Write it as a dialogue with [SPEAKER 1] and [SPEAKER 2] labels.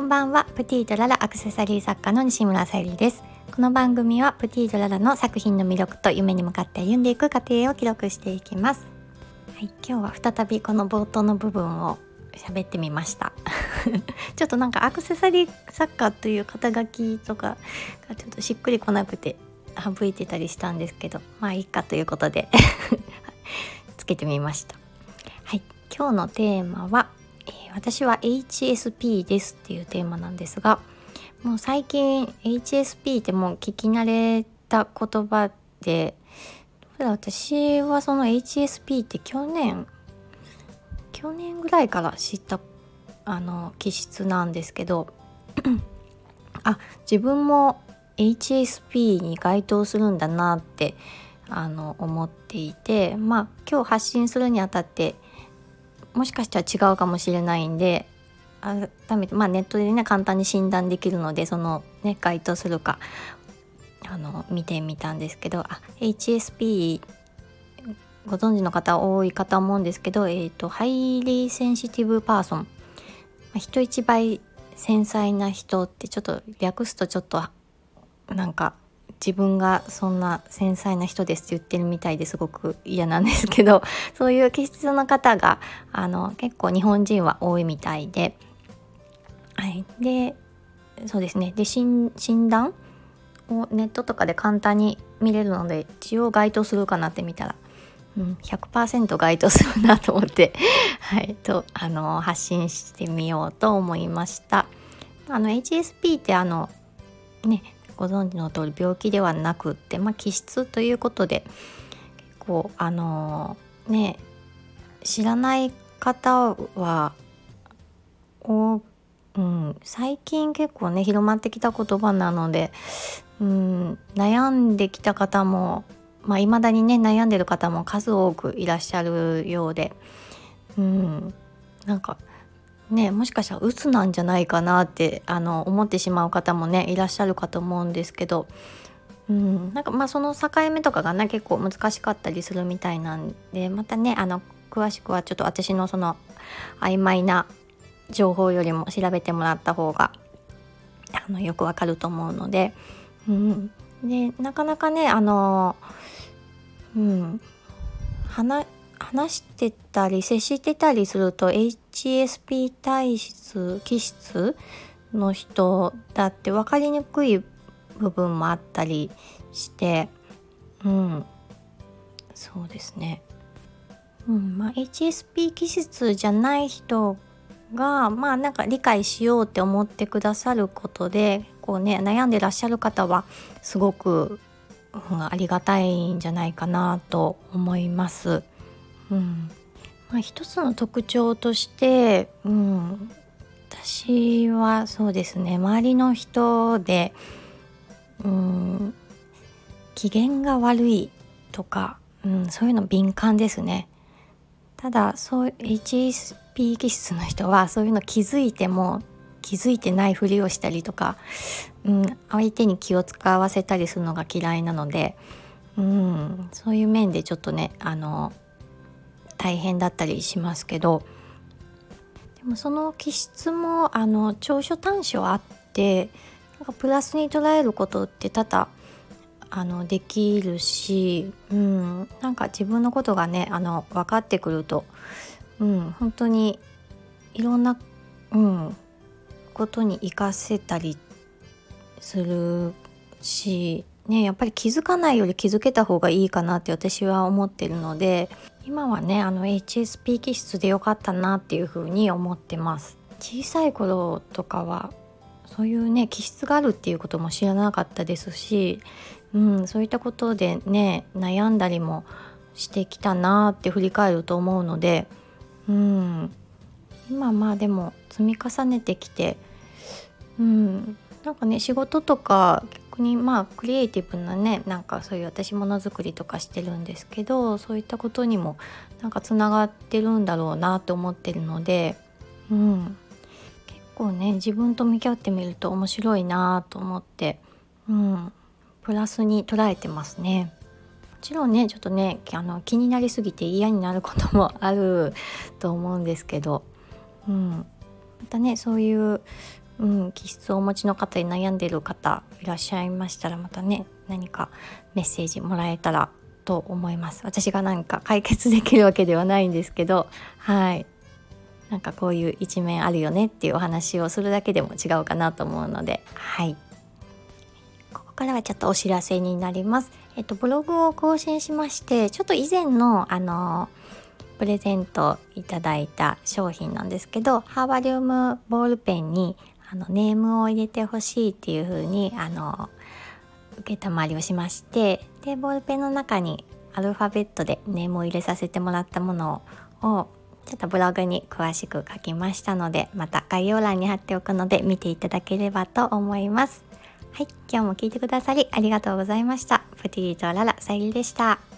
[SPEAKER 1] んばんは。プティとララアクセサリー作家の西村さゆりです。この番組はプティとララの作品の魅力と夢に向かって歩んでいく過程を記録していきます。はい、今日は再びこの冒頭の部分を喋ってみましたちょっとなんかアクセサリー作家という肩書きとかがちょっとしっくりこなくて省いてたりしたんですけど、まあいいかということでつけてみました。はい、今日のテーマは私は HSP ですっていうテーマなんですが、もう最近 HSP ってもう聞き慣れた言葉で、私はその HSP って去年ぐらいから知った気質なんですけど自分も HSP に該当するんだなって思っていて、今日発信するにあたってもしかしたら違うかもしれないんで、改めてネットでね簡単に診断できるので、そのね該当するか見てみたんですけど、HSP ご存知の方多いかと思うんですけど、ハイリーセンシティブパーソン、人一倍繊細な人ってちょっと略すとちょっとなんか自分がそんな繊細な人ですって言ってるみたいですごく嫌なんですけど、そういう気質の方が結構日本人は多いみたいで、でそうですね、で診断をネットとかで簡単に見れるので、一応該当するかなって見たら、100% 該当するなと思って発信してみようと思いました。HSP ってご存知の通り病気ではなくって、気質ということで結構知らない方は最近結構ね広まってきた言葉なので、悩んできた方も未だにね悩んでる方も数多くいらっしゃるようで、なんかね、もしかしたら鬱なんじゃないかなって思ってしまう方もねいらっしゃるかと思うんですけど、その境目とかがね結構難しかったりするみたいなんで、またね詳しくはちょっと私のその曖昧な情報よりも調べてもらった方がよくわかると思うので、でなかなかね話してたり接してたりすると HSP 気質の人だって分かりにくい部分もあったりして、そうですね、HSP 気質じゃない人がなんか理解しようって思ってくださることで悩んでらっしゃる方はすごく、ありがたいんじゃないかなと思います。一つの特徴として、私はそうですね、周りの人で機嫌が悪いとか、そういうの敏感ですね。ただHSP 気質の人はそういうの気づいても気づいてないふりをしたりとか、相手に気を使わせたりするのが嫌いなので、そういう面でちょっとね大変だったりしますけど、でもその気質も長所短所あって、プラスに捉えることって多々できるし、自分のことがね分かってくると、本当にいろんな、ことに活かせたりするし、やっぱり気づかないより気づけた方がいいかなって私は思ってるので、今はねHSP 気質でよかったなっていうふうに思ってます。小さい頃とかはそういうね気質があるっていうことも知らなかったですし、そういったことでね悩んだりもしてきたなって振り返ると思うので、今でも積み重ねてきて、仕事とか逆にクリエイティブなねそういう私ものづくりとかしてるんですけど、そういったことにもつながってるんだろうなと思ってるので、結構ね自分と向き合ってみると面白いなと思って、プラスに捉えてますね。もちろんねちょっとね気になりすぎて嫌になることもあると思うんですけど、またねそういう気質をお持ちの方で悩んでる方いらっしゃいましたら、またね何かメッセージもらえたらと思います。私が何か解決できるわけではないんですけど、はい、なんかこういう一面あるよねっていうお話をするだけでも違うかなと思うので、はい、ここからはちょっとお知らせになります。ブログを更新しまして、ちょっと以前のプレゼントいただいた商品なんですけど、ハーバリウムボールペンにネームを入れてほしいっていう風に受けたまりをしまして、でボールペンの中にアルファベットでネームを入れさせてもらったものをちょっとブログに詳しく書きましたので、また概要欄に貼っておくので見ていただければと思います。はい、今日も聞いてくださりありがとうございました。プティとララさゆりでした。